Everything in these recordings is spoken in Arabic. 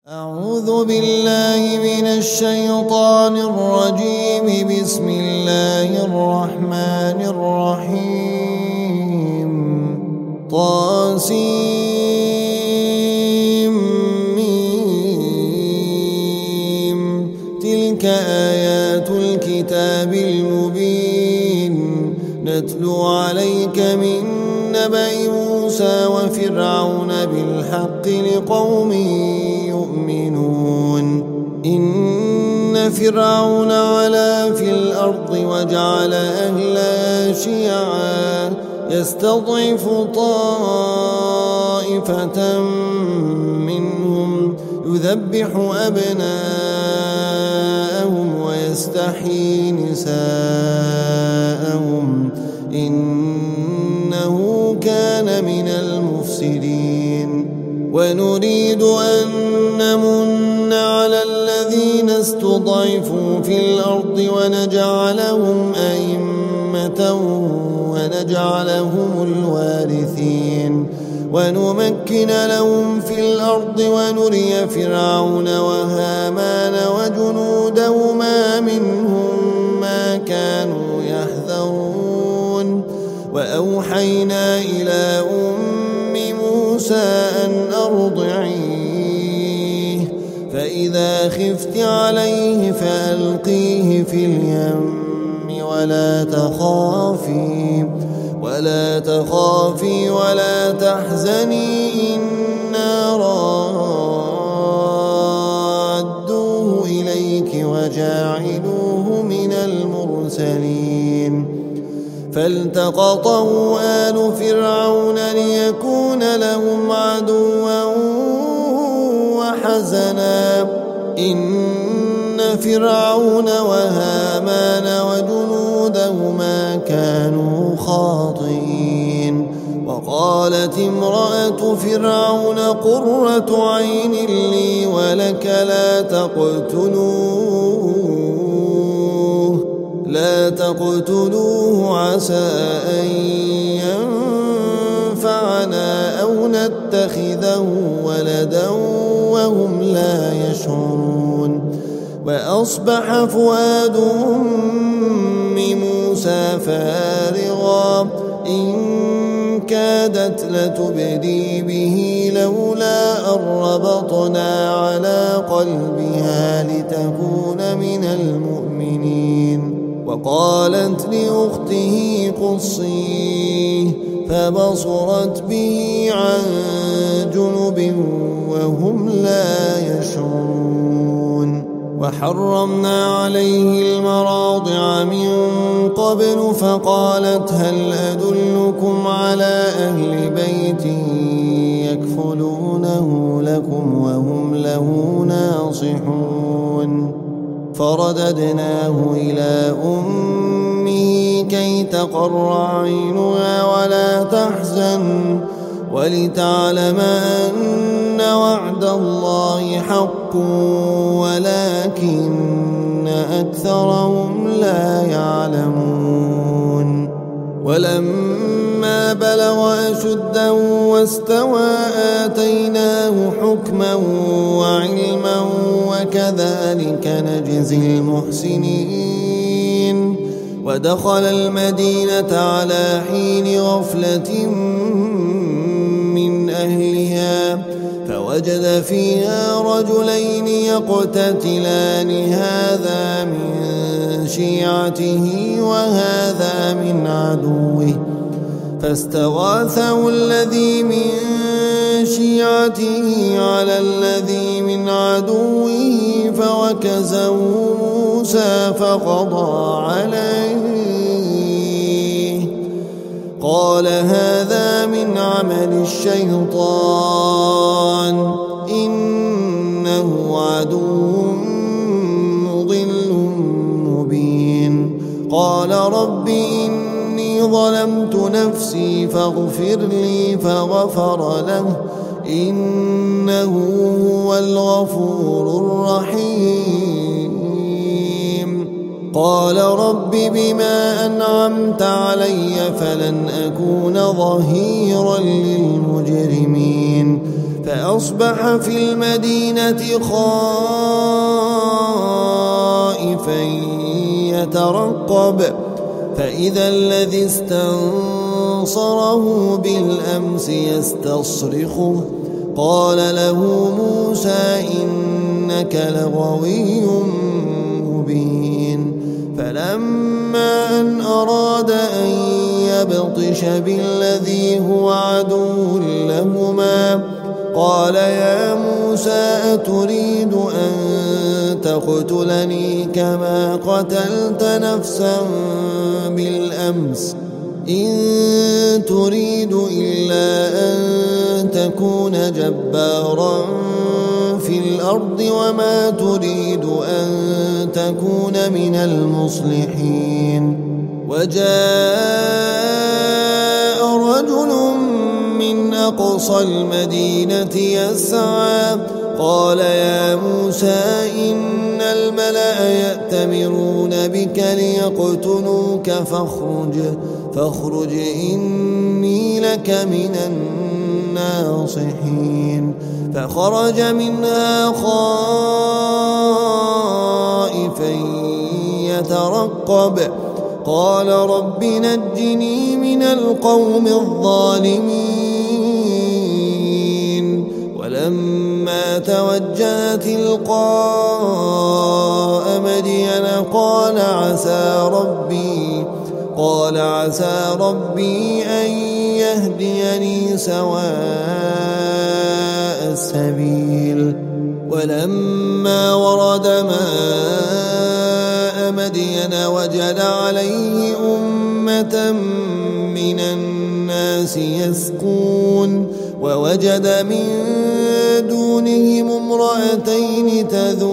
أعوذ بالله من الشيطان الرجيم. بسم الله الرحمن الرحيم. طاسيم. تلك آيات الكتاب المبين. نتلو عليك من نبأ موسى وفرعون بالحق لقوم يؤمنون. إن فرعون علا في الأرض وجعل أهلها شيعا يستضعف طائفة منهم يذبح أبناءهم ويستحيي نساءهم إنه كان من المفسدين. ونريد أن نمن على الذين استضعفوا في الأرض ونجعلهم أئمة ونجعلهم الوارثين ونمكن لهم في الأرض ونري فرعون وهامان وجنودهما منهم ما كانوا يحذرون. وأوحينا إلى موسى أن أرضعيه فإذا خفت عليه فألقيه في اليم ولا تخافي ولا تحزني إنا رادوه إليك وجاعلوه من المرسلين. فالتقطه آل فرعون ليكون لهم عدوا وحزنا إن فرعون وهامان وجنودهما كانوا خاطئين. وقالت امرأة فرعون قرة عين لي ولك لا تقتلوه عسى أن ينفعنا أو نتخذه ولدا وهم لا يشعرون. وأصبح فؤاد أم موسى فارغا إن كادت لتبدي به لولا أن ربطنا على قلبها لتكون من المؤمنين. وقالت لأخته قصيه فبصرت به عن جنب وهم لا يشعرون. وحرمنا عليه المراضع من قبل فقالت هل أدلكم على أهل بيت يكفلونه لكم وهم له ناصحون. فرددناه إلى أمه كي تقر عينها ولا تحزن ولتعلم أن وعد الله حق ولكن أكثرهم لا يعلمون. ولما بلغ أشده واستوى آتيناه حكما وعلما وكذلك نجزي المحسنين. ودخل المدينة على حين غفلة من أهلها فوجد فيها رجلين يقتتلان هذا من شيعته وهذا من عدوه فاستغاثه الذي من شيعته على الذي من عدوه فوكزه موسى فقضى عليه قال هذا من عمل الشيطان إنه عدو مضل مبين. قال رب إني ظلمت نفسي فاغفر لي فغفر له إنه هو الغفور الرحيم. قال رب بما أنعمت علي فلن أكون ظهيرا للمجرمين. فأصبح في المدينة خائفا يترقب فإذا الذي استنصره بالأمس يستصرخه قال له موسى إنك لغوي مبين فلما أن أراد أن يبطش بالذي هو عدو لهما قال يا موسى أتريد أن تقتلني كما قتلت نفسا بالأمس إن تريد إلا أن تكون جبارا في الأرض وما تريد أن تكون من المصلحين وجاء رجل من أقصى المدينة يسعى قال يا موسى إن الملأ يأتمرون بك ليقتلوك فاخرج إني لك من الناصحين فخرج منها خائفا يترقب قال رب نجني من القوم الظالمين ولما توجه تلقاء مدين قال عسى ربي أن يهديني سواء السبيل ولما ورد ماء مدين وجد عليه أمة من الناس يسقون ووجد من دونهم امرأتين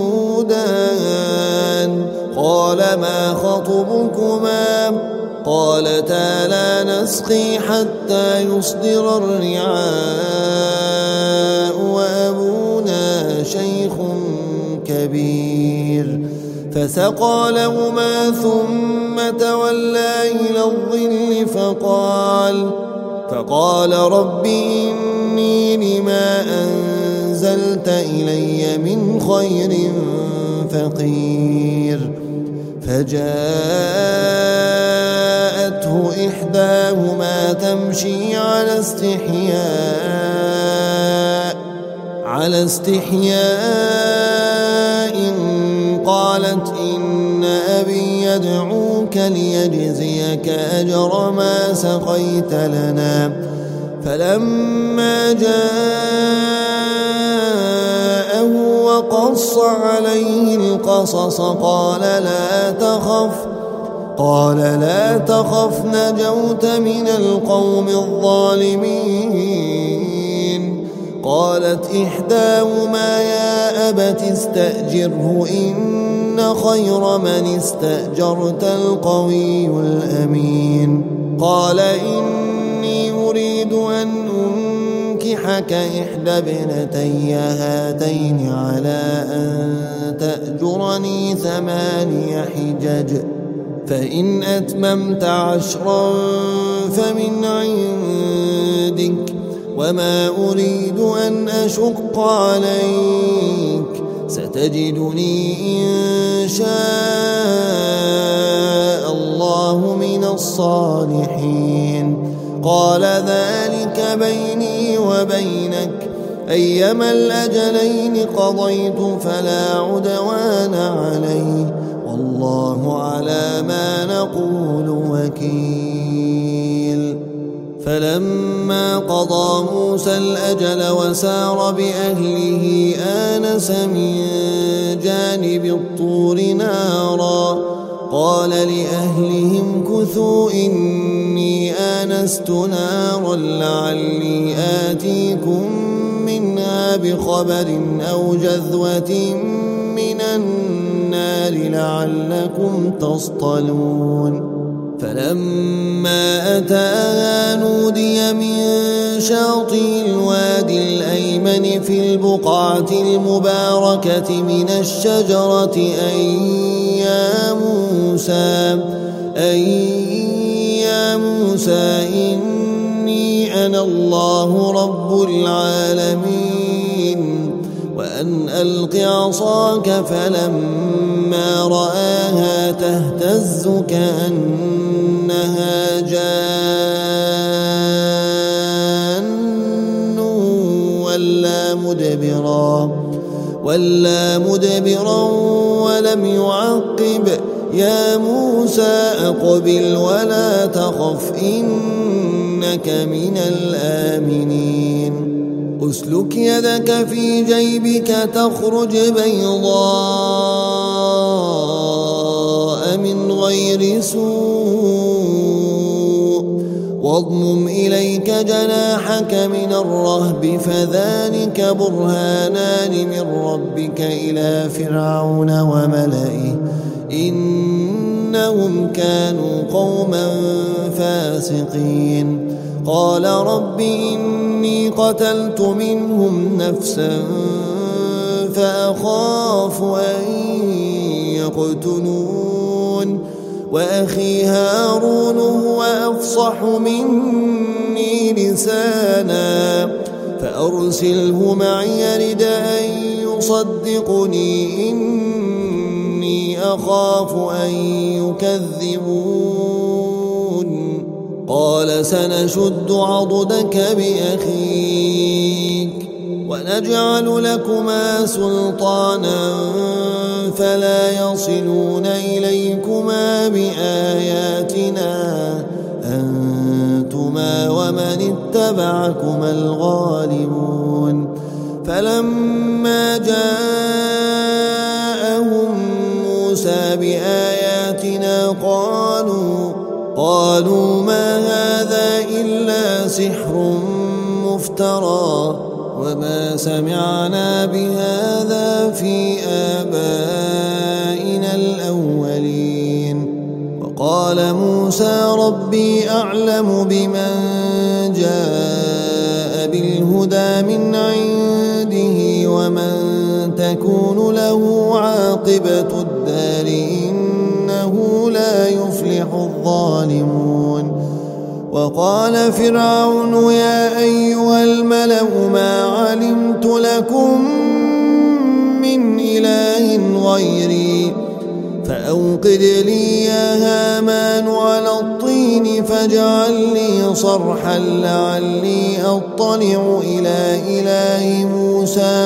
تذودان قال ما خطبكما قالتا لا نسقي حتى يصدر الرعاء وأبونا شيخ كبير فسقى لهما ثم تولى إلى الظل فقال رب إني لما أنزلت إلي من خير فقير فجاءته إحداهما تمشي على استحياء قالت إن أبي يدعوك ليجزيك أجر ما سقيت لنا فلما جاءه وقص عليه القصص قال لا تخف نجوت من القوم الظالمين قالت إحداهما يا أبت استأجره إن خير من استأجرت القوي الأمين قال إني أريد أن أنكحك إحدى ابنتي هاتين على أن تأجرني 8 حجج فإن أتممت 10 فمن عندك وما أريد أن أشق عليك ستجدني إن شاء الله من الصالحين قال ذلك بيني وبينك أيما الأجلين قضيت فلا عدوان علي والله على ما نقول وكيل فلما قضى موسى الأجل وسار بأهله آنس من جانب الطور نارا قال لأهلهم كثوا إني آنست نارا لعلي آتيكم منها بخبر أو جذوة من النار لعلكم تصطلون فلما أتاها نودي من شاطئ الوادي الأيمن في البقعة المباركة من الشجرة أي يا موسى إني أنا الله رب العالمين وأن ألق عصاك فلما رآها تهتز كأنها جان ولا مدبرا ولم يعقب يا موسى أقبل ولا تخف إنك من الآمنين أسلك يدك في جيبك تخرج بيضاء من غير سوء واضمم إليك جناحك من الرهب فذلك برهانان من ربك إلى فرعون وملئه إنهم كانوا قوما فاسقين قال رب إني قتلت منهم نفسا فأخاف أن يقتلون وأخي هارون هو أفصح مني لسانا فأرسله معي يرد أن يصدقني إني أخاف أن يكذبون قال سنشد عضدك بأخيك ونجعل لكما سلطانا فلا يصلون إليكما بآياتنا أنتما ومن اتبعكما الغالبون فلما جاءهم موسى بآياتنا قالوا ما هذا إلا سحر مفترى وما سمعنا بهذا في آبائنا الأولين وقال موسى ربي أعلم بمن جاء بالهدى من عنده ومن تكون له عاقبة الدار إنه لا يفلح الظالمون وقال فرعون يا أيها الملأ ما علمت لكم من إله غيري فأوقد لي يا هامان على الطين فاجعل لي صرحا لعلي أطلع إلى إله موسى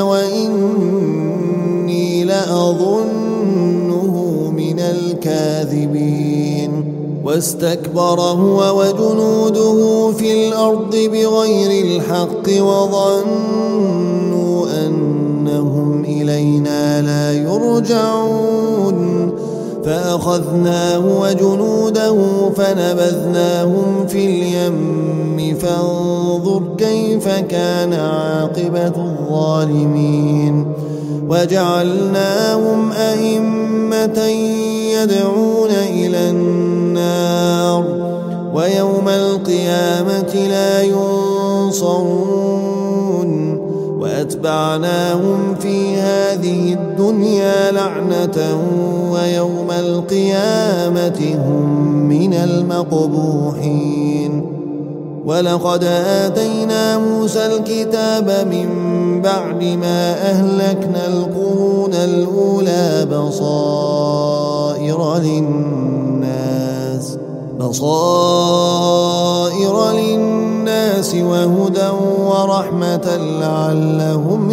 وإني لأظنه من الكاذبين واستكبر هو وجنوده في الأرض بغير الحق وظنوا أنهم إلينا لا يرجعون فأخذناه وجنوده فنبذناهم في اليم فانظر كيف كان عاقبة الظالمين وجعلناهم أئمة يدعون إلى النار ويوم القيامة لا ينصرون وأتبعناهم في هذه الدنيا لعنة ويوم القيامة هم من المقبوحين ولقد آتينا موسى الكتاب من بعد ما أهلكنا القرون الأولى بصائر للناس وهدى ورحمة لعلهم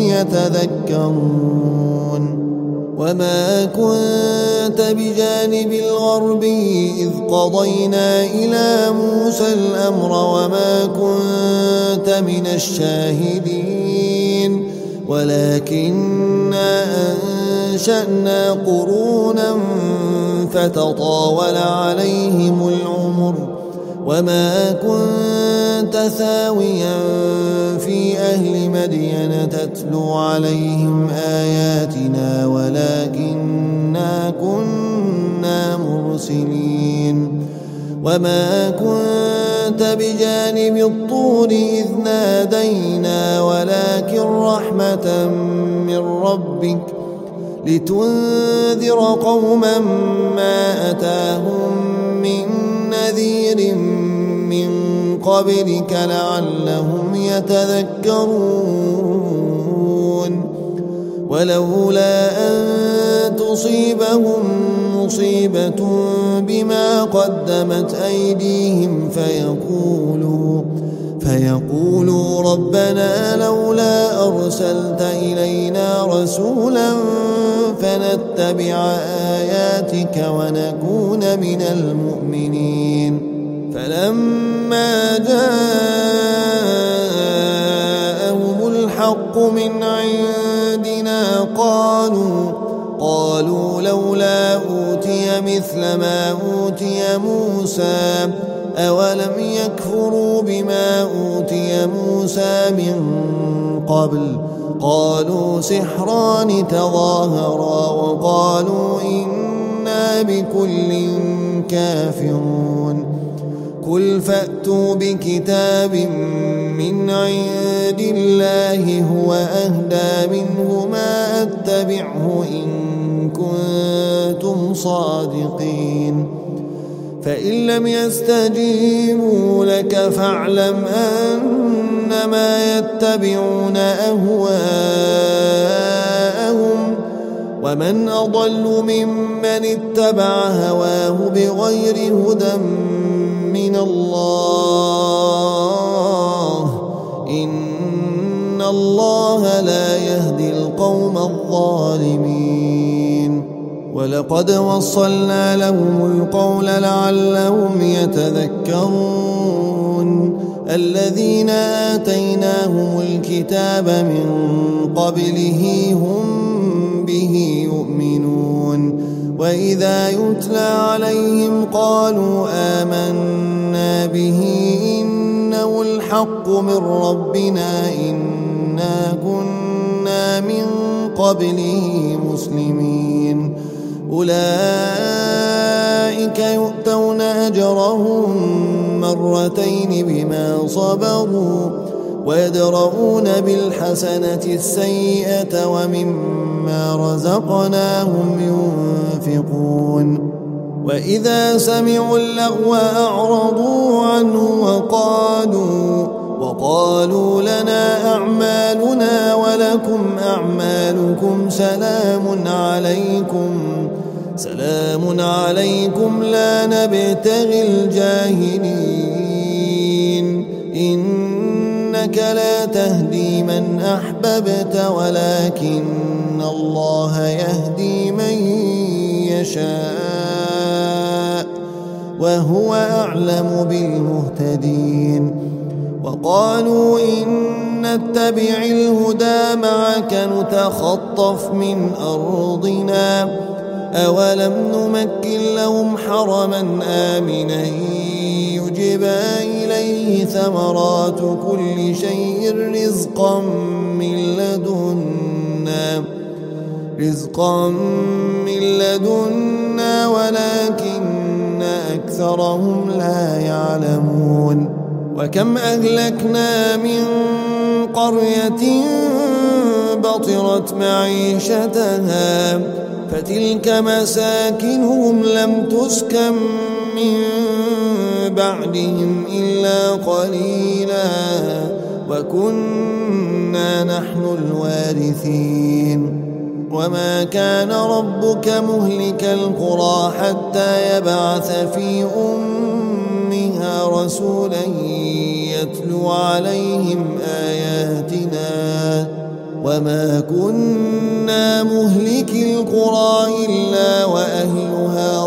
يتذكرون وما كنت بجانب الغربي إذ قضينا إلى موسى الأمر وما كنت من الشاهدين ولكننا أنشأنا قرونا فتطاول عليهم العمر وما كنت ثاويا في أهل مدين تتلو عليهم آياتنا ولكننا كنا مرسلين وما كنت بجانب الطور إذ نادينا ولكن رحمة من ربك لتنذر قوما ما أتاهم من نذير من قبلك لعلهم يتذكرون ولولا أن تصيبهم مصيبة بما قدمت أيديهم فيقولوا ربنا لولا أرسلت إلينا رسولا فنتبع آياتك ونكون من المؤمنين. فلما جاءهم الحق من عندنا قالوا لولا أوتي مثل ما أوتي موسى أولم يكفروا بما أوتي موسى من قبل قالوا سحران تظاهرا وقالوا إنا بكل كافرون. قل فأتوا بكتاب من عند الله هو أهدى منه ما أتبعه إن كنتم صادقين. فإن لم يستجيبوا لك فاعلم أنما يتبعون أهواءهم ومن أضل ممن اتبع هواه بغير هدى من الله إن الله لا يهدي القوم الظالمين. ولقد وصلنا لهم القول لعلهم يتذكرون. الذين آتيناهم الكتاب من قبله هم به يؤمنون وإذا يتلى عليهم قالوا آمنا به إنه الحق من ربنا إنا كنا من قبله مسلمين. أولئك يؤتون أجرهم مرتين بما صبروا ويدرؤون بالحسنة السيئة وممما رزقناهم ينفقون. وإذا سمعوا اللغو أعرضوا عنه وقالوا لنا أعمالنا ولكم أعمالكم سلام عليكم لا نبتغي الجاهلين إنك لا تهدي من أحببت ولكن الله يهدي من يشاء وهو أعلم بالمهتدين. وقالوا إن نتبع الهدى معك نتخطف من أرضنا أولم نمكن لهم حرما آمنا يجبى إليه ثمرات كل شيء رزقا من لدنا ولكن أكثرهم لا يعلمون. وكم أهلكنا من قرية بطرت معيشتها فتلك مساكنهم لم تسكن من بعدهم إلا قليلا وكنا نحن الوارثين. وما كان ربك مهلك القرى حتى يبعث في أمها رسولا يتلو عليهم آياتنا وما كنا مهلك القرى إلا وأهلها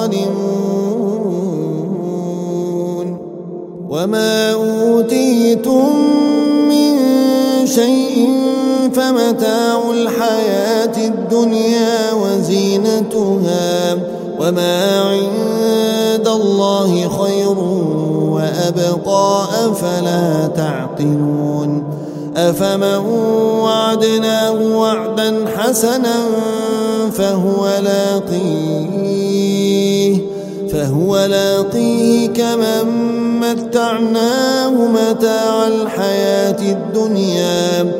ظالمون. وما أوتيتم من شيء فمتاع الحياة الدنيا وزينتها وما عند الله خير وأبقى أفلا تعقلون. أفمن وعدناه وعدا حسنا فهو لاقيه كمن متعناه متاع الحياة الدنيا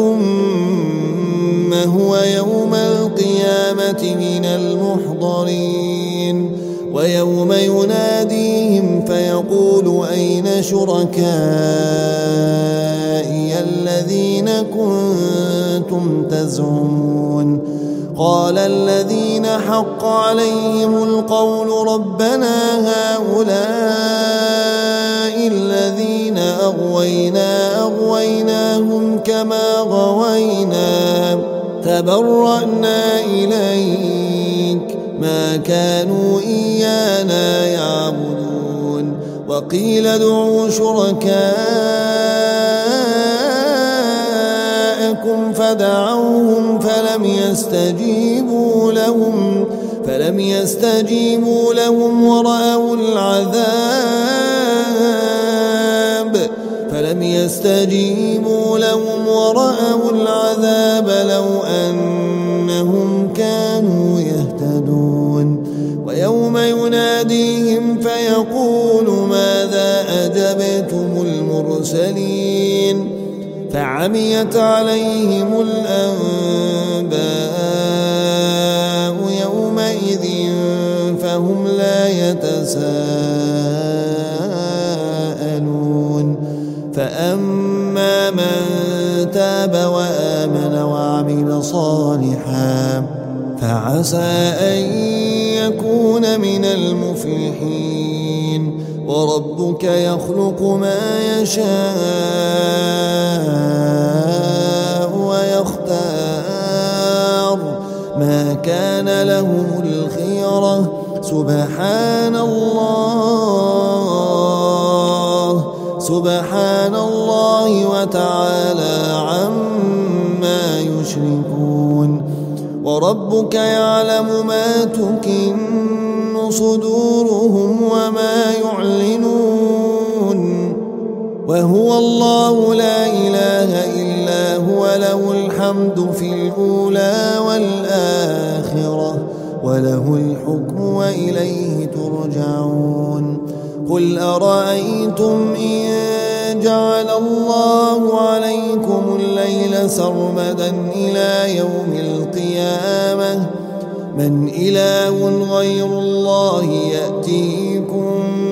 ثم هو يوم القيامة من المحضرين. ويوم يناديهم فيقول أين شركائي الذين كنتم كنتم تزعمون قال الذين حق عليهم القول ربنا هؤلاء الذين أغويناهم كما غوينا تبرأنا إليك ما كانوا إيانا يعبدون وقيل ادعوا شركاءكم فدعوهم فلم يستجيبوا لهم ورأوا العذاب لو أنهم كانوا يهتدون ويوم يناديهم فيقول ماذا أجبتم المرسلين فعميت عليهم الأنباء يومئذ فهم لا يتساءلون فأما من تاب وآمن وعمل صالحا فعسى أن يكون من المفلحين وربك يخلق ما يشاء ويختار ما كان لهم الخيرة سبحان الله وتعالى عما يشركون وربك يعلم ما تكن صدورهم وما يعلنون وهو الله لا إله إلا هو له الحمد في الأولى والآخرة وله الحكم وإليه ترجعون قل أرأيتم إن جعل الله عليكم الليل سرمدا إلى يوم القيامة من إله غير الله يأتيكم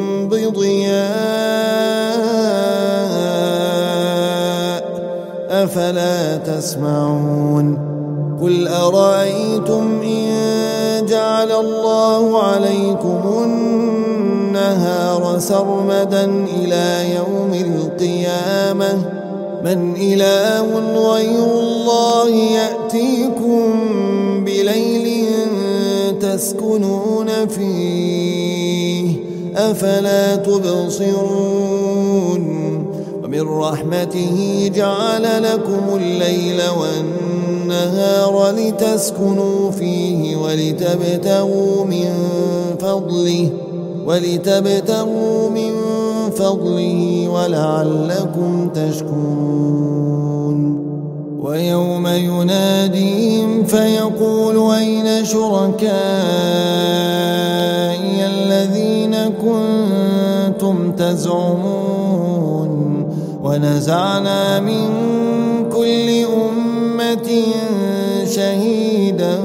بضياء أفلا تسمعون قل أرأيتم إن جعل الله عليكم النهار سرمدا إلى يوم القيامة من إله غير الله يأتيكم بليل تسكنون فيه أفلا تبصرون ومن رحمته جعل لكم الليل والنهار لتسكنوا فيه ولتبتغوا من فضله ولعلكم تشكرون ويوم يناديهم فيقول أين شركائي الذين كنتم تزعمون ونزعنا من كل أمة شهيدا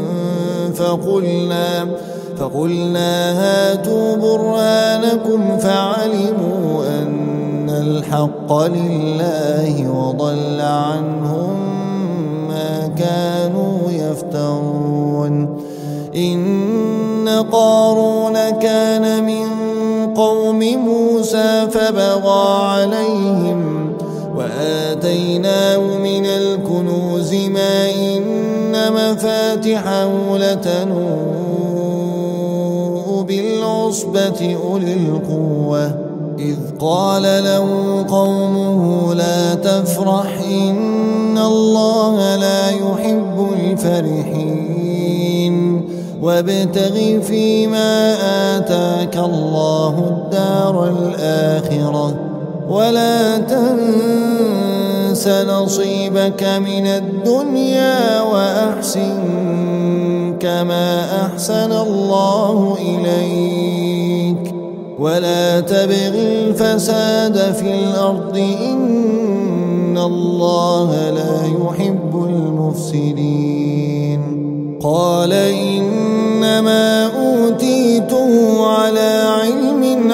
فقلنا هاتوا برهانكم فعلموا أن الحق لله وضل عنهم ما كانوا يفترون إن قارون كان من قوم موسى فبغى عليهم وآتيناه من الكنوز ما إن مفاتحه لتنوء بالعصبة أولي القوة إذ قال له قومه لا تفرح إن الله لا يحب الفرحين وابتغ فيما آتاك الله الدار الآخرة ولا تنس نصيبك من الدنيا وأحسن كما أحسن الله إليك ولا تبغ الفساد في الأرض إن الله لا يحب المفسدين قال إنما أوتيته على علم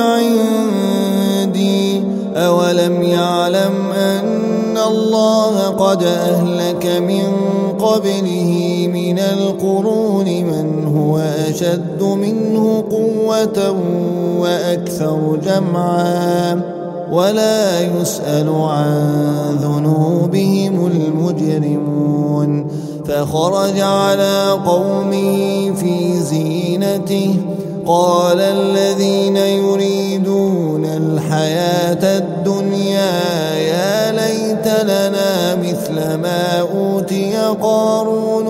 عندي أولم يعلم أن الله قد أهلك ربك من قبله من القرون من هو أشد منه قوة وأكثر جمعا ولا يسأل عن ذنوبهم المجرمون فخرج على قومه في زينته قال الذين يريدون الحياة الدنيا يا ليت لنا مثل ما أوتي قارون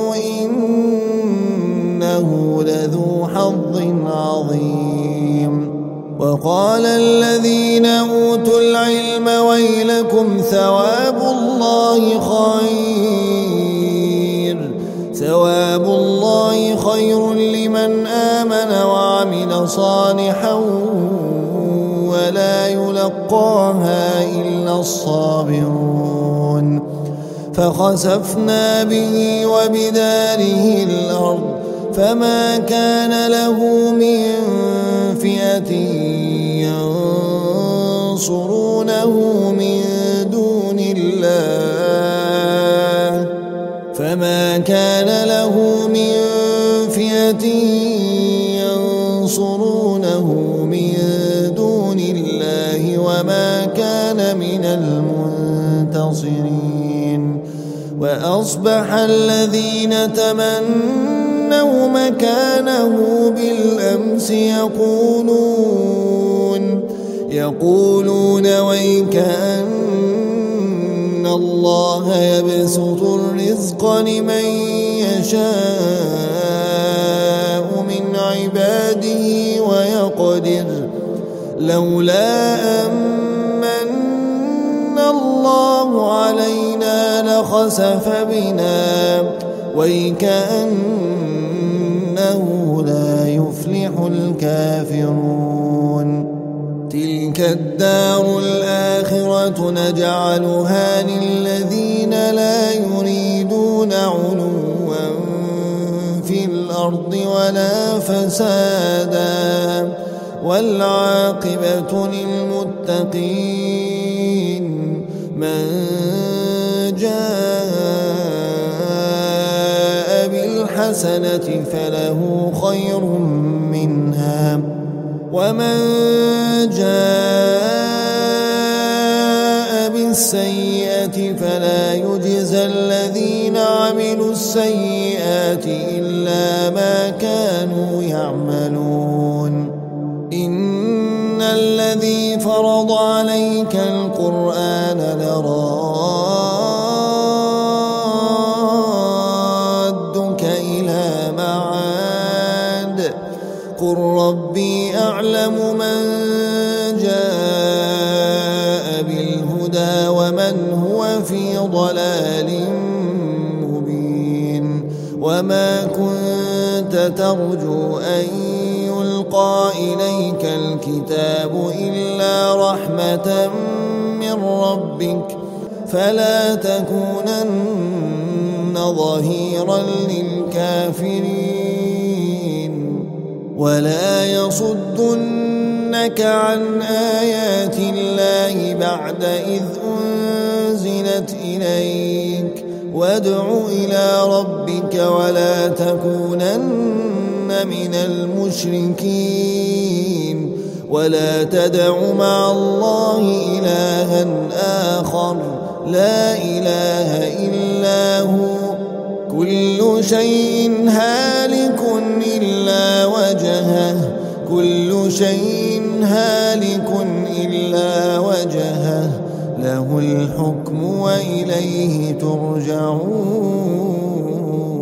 إنه لذو حظ عظيم وقال الذين أوتوا العلم ويلكم ثواب الله خير لمن آمن وعمل صالحا ولا يلقاها إلا الصابرون فخسفنا به وبداره الأرض فما كان له من فئة ينصرونه من دون الله وما كان من المنتصرين وأصبح الذين تمنوا مكانه بالأمس يقولون ويكأن الله يبسط الرزق لمن يشاء من عباده ويقدر لولا أمن الله علينا لخسف بنا ويكأنه لا يفلح الكافرون تلك الدار الآخرة نجعلها للذين لا يريدون علوا في الأرض ولا فسادا والعاقبة للمتقين من جاء بالحسنة فله خير منها ومن جاء بالسيئة فلا يجزى الذين عملوا السيئات إلا ما كانوا يعملون إن الذي فرض عليك القرآن لرادك إلى معاد قل ربي أعلم من جاء بالهدى ومن هو في ضلال مبين وما كنت ترجو أن يلقى إليك الكتاب إلا رحمة من ربك فلا تكونن ظهيرا للكافرين ولا يصدنك عن آيات الله بعد إذ أنزلت إليك وادع إلى ربك ولا تكونن من المشركين ولا تدع مع الله إلها آخر لا إله إلا هو كل شيء هالك إلا وجهه كل شيء هالك إلا وجهه له الحكم وإليه ترجعون